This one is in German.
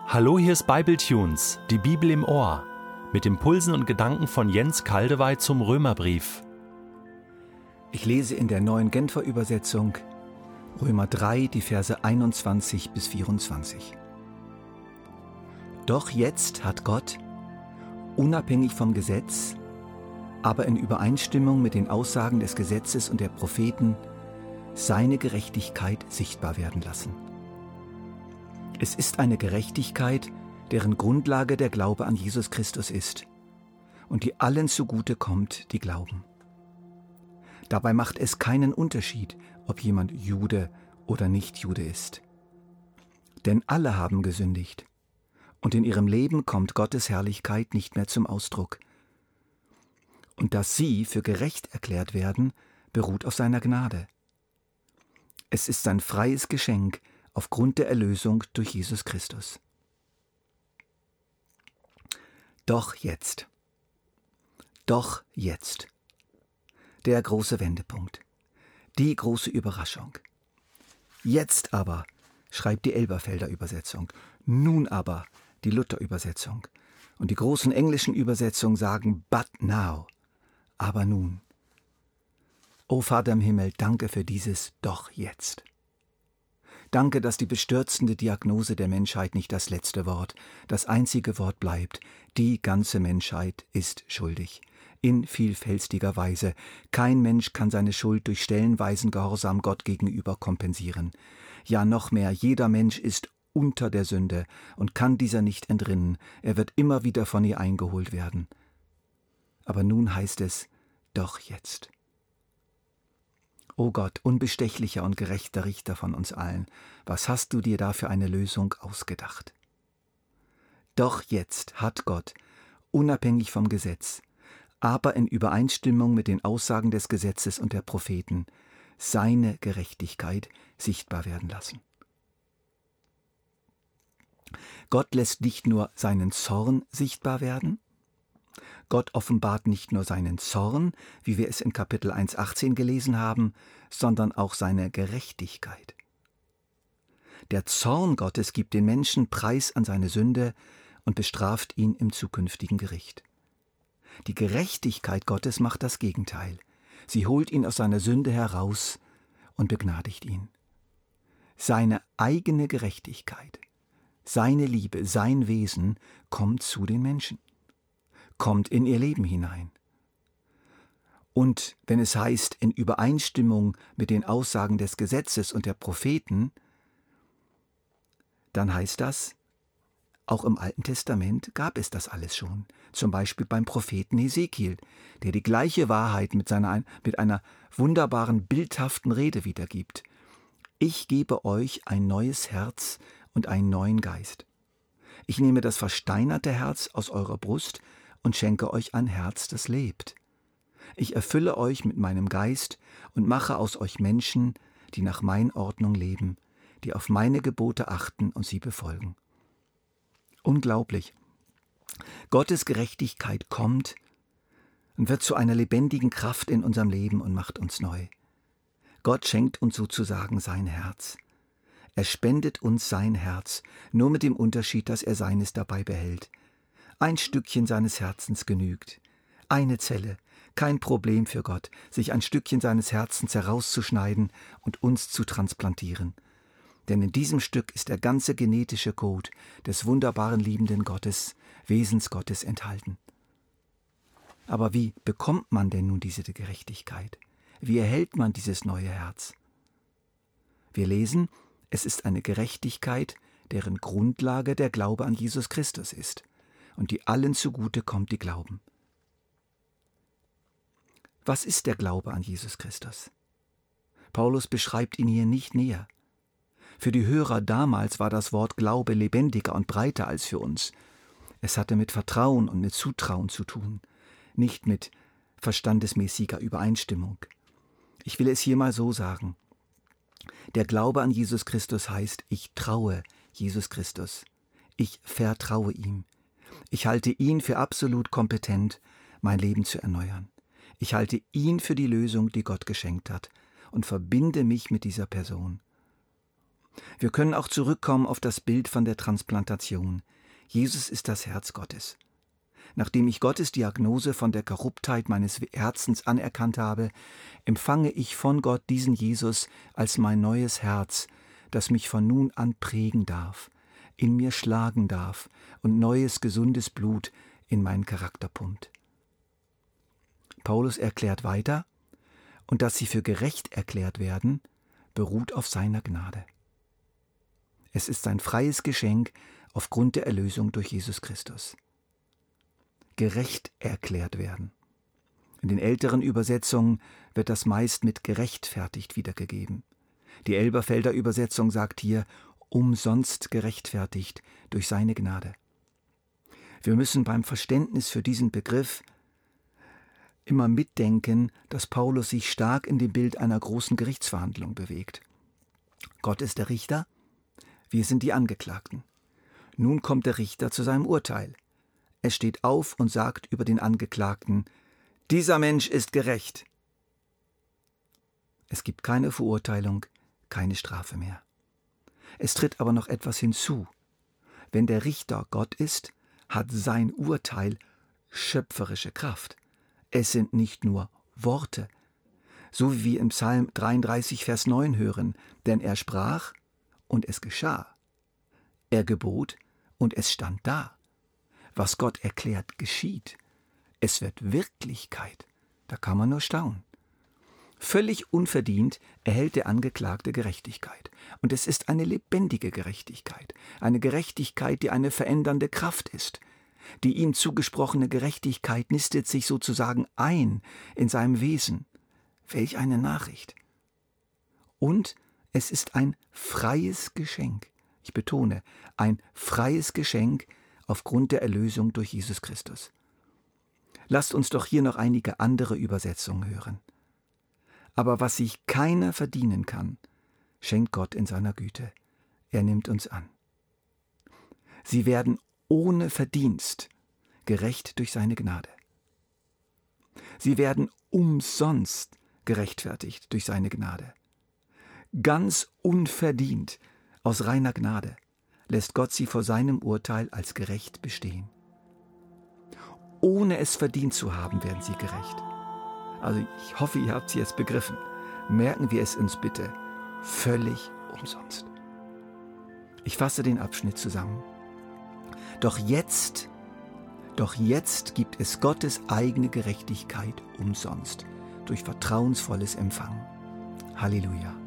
Hallo, hier ist Bibletunes, die Bibel im Ohr, mit Impulsen und Gedanken von Jens Kaldewey zum Römerbrief. Ich lese in der Neuen Genfer Übersetzung Römer 3, die Verse 21 bis 24. Doch jetzt hat Gott, unabhängig vom Gesetz, aber in Übereinstimmung mit den Aussagen des Gesetzes und der Propheten, seine Gerechtigkeit sichtbar werden lassen. Es ist eine Gerechtigkeit, deren Grundlage der Glaube an Jesus Christus ist und die allen zugute kommt, die glauben. Dabei macht es keinen Unterschied, ob jemand Jude oder Nicht-Jude ist. Denn alle haben gesündigt und in ihrem Leben kommt Gottes Herrlichkeit nicht mehr zum Ausdruck. Und dass sie für gerecht erklärt werden, beruht auf seiner Gnade. Es ist sein freies Geschenk aufgrund der Erlösung durch Jesus Christus. Doch jetzt. Der große Wendepunkt. Die große Überraschung. Jetzt aber, schreibt die Elberfelder Übersetzung. Nun aber, die Luther-Übersetzung. Und die großen englischen Übersetzungen sagen but now. Aber nun. O Vater im Himmel, danke für dieses Doch jetzt. Danke, dass die bestürzende Diagnose der Menschheit nicht das letzte Wort, das einzige Wort bleibt. Die ganze Menschheit ist schuldig. In vielfältiger Weise. Kein Mensch kann seine Schuld durch stellenweisen Gehorsam Gott gegenüber kompensieren. Ja, noch mehr, jeder Mensch ist unter der Sünde und kann dieser nicht entrinnen. Er wird immer wieder von ihr eingeholt werden. Aber nun heißt es, doch jetzt. O Gott, unbestechlicher und gerechter Richter von uns allen, was hast du dir da für eine Lösung ausgedacht? Doch jetzt hat Gott, unabhängig vom Gesetz, aber in Übereinstimmung mit den Aussagen des Gesetzes und der Propheten, seine Gerechtigkeit sichtbar werden lassen. Gott lässt nicht nur seinen Zorn sichtbar werden, Gott offenbart nicht nur seinen Zorn, wie wir es in Kapitel 1,18 gelesen haben, sondern auch seine Gerechtigkeit. Der Zorn Gottes gibt den Menschen Preis an seine Sünde und bestraft ihn im zukünftigen Gericht. Die Gerechtigkeit Gottes macht das Gegenteil. Sie holt ihn aus seiner Sünde heraus und begnadigt ihn. Seine eigene Gerechtigkeit, seine Liebe, sein Wesen kommt zu den Menschen. Kommt in ihr Leben hinein. Und wenn es heißt, in Übereinstimmung mit den Aussagen des Gesetzes und der Propheten, dann heißt das, auch im Alten Testament gab es das alles schon. Zum Beispiel beim Propheten Hesekiel, der die gleiche Wahrheit mit einer wunderbaren, bildhaften Rede wiedergibt. Ich gebe euch ein neues Herz und einen neuen Geist. Ich nehme das versteinerte Herz aus eurer Brust und schenke euch ein Herz, das lebt. Ich erfülle euch mit meinem Geist und mache aus euch Menschen, die nach meiner Ordnung leben, die auf meine Gebote achten und sie befolgen. Unglaublich. Gottes Gerechtigkeit kommt und wird zu einer lebendigen Kraft in unserem Leben und macht uns neu. Gott schenkt uns sozusagen sein Herz. Er spendet uns sein Herz, nur mit dem Unterschied, dass er seines dabei behält. Ein Stückchen seines Herzens genügt. Eine Zelle, kein Problem für Gott, sich ein Stückchen seines Herzens herauszuschneiden und uns zu transplantieren. Denn in diesem Stück ist der ganze genetische Code des wunderbaren liebenden Gottes, Wesens Gottes enthalten. Aber wie bekommt man denn nun diese Gerechtigkeit? Wie erhält man dieses neue Herz? Wir lesen, es ist eine Gerechtigkeit, deren Grundlage der Glaube an Jesus Christus ist und die allen zugute kommt, die glauben. Was ist der Glaube an Jesus Christus? Paulus beschreibt ihn hier nicht näher. Für die Hörer damals war das Wort Glaube lebendiger und breiter als für uns. Es hatte mit Vertrauen und mit Zutrauen zu tun, nicht mit verstandesmäßiger Übereinstimmung. Ich will es hier mal so sagen. Der Glaube an Jesus Christus heißt, ich traue Jesus Christus. Ich vertraue ihm. Ich halte ihn für absolut kompetent, mein Leben zu erneuern. Ich halte ihn für die Lösung, die Gott geschenkt hat und verbinde mich mit dieser Person. Wir können auch zurückkommen auf das Bild von der Transplantation. Jesus ist das Herz Gottes. Nachdem ich Gottes Diagnose von der Korruptheit meines Herzens anerkannt habe, empfange ich von Gott diesen Jesus als mein neues Herz, das mich von nun an prägen darf, in mir schlagen darf und neues, gesundes Blut in meinen Charakter pumpt. Paulus erklärt weiter, und dass sie für gerecht erklärt werden, beruht auf seiner Gnade. Es ist sein freies Geschenk aufgrund der Erlösung durch Jesus Christus. Gerecht erklärt werden. In den älteren Übersetzungen wird das meist mit gerechtfertigt wiedergegeben. Die Elberfelder Übersetzung sagt hier, umsonst gerechtfertigt durch seine Gnade. Wir müssen beim Verständnis für diesen Begriff immer mitdenken, dass Paulus sich stark in dem Bild einer großen Gerichtsverhandlung bewegt. Gott ist der Richter, wir sind die Angeklagten. Nun kommt der Richter zu seinem Urteil. Er steht auf und sagt über den Angeklagten, dieser Mensch ist gerecht. Es gibt keine Verurteilung, keine Strafe mehr. Es tritt aber noch etwas hinzu. Wenn der Richter Gott ist, hat sein Urteil schöpferische Kraft. Es sind nicht nur Worte, so wie wir im Psalm 33, Vers 9 hören, denn er sprach und es geschah. Er gebot und es stand da. Was Gott erklärt, geschieht. Es wird Wirklichkeit. Da kann man nur staunen. Völlig unverdient erhält der Angeklagte Gerechtigkeit. Und es ist eine lebendige Gerechtigkeit. Eine Gerechtigkeit, die eine verändernde Kraft ist. Die ihm zugesprochene Gerechtigkeit nistet sich sozusagen ein in seinem Wesen. Welch eine Nachricht! Und es ist ein freies Geschenk. Ich betone, ein freies Geschenk aufgrund der Erlösung durch Jesus Christus. Lasst uns doch hier noch einige andere Übersetzungen hören. Aber was sich keiner verdienen kann, schenkt Gott in seiner Güte. Er nimmt uns an. Sie werden ohne Verdienst gerecht durch seine Gnade. Sie werden umsonst gerechtfertigt durch seine Gnade. Ganz unverdient, aus reiner Gnade, lässt Gott sie vor seinem Urteil als gerecht bestehen. Ohne es verdient zu haben, werden sie gerecht. Also ich hoffe, ihr habt es jetzt begriffen. Merken wir es uns bitte, völlig umsonst. Ich fasse den Abschnitt zusammen. Doch jetzt gibt es Gottes eigene Gerechtigkeit umsonst, durch vertrauensvolles Empfangen. Halleluja.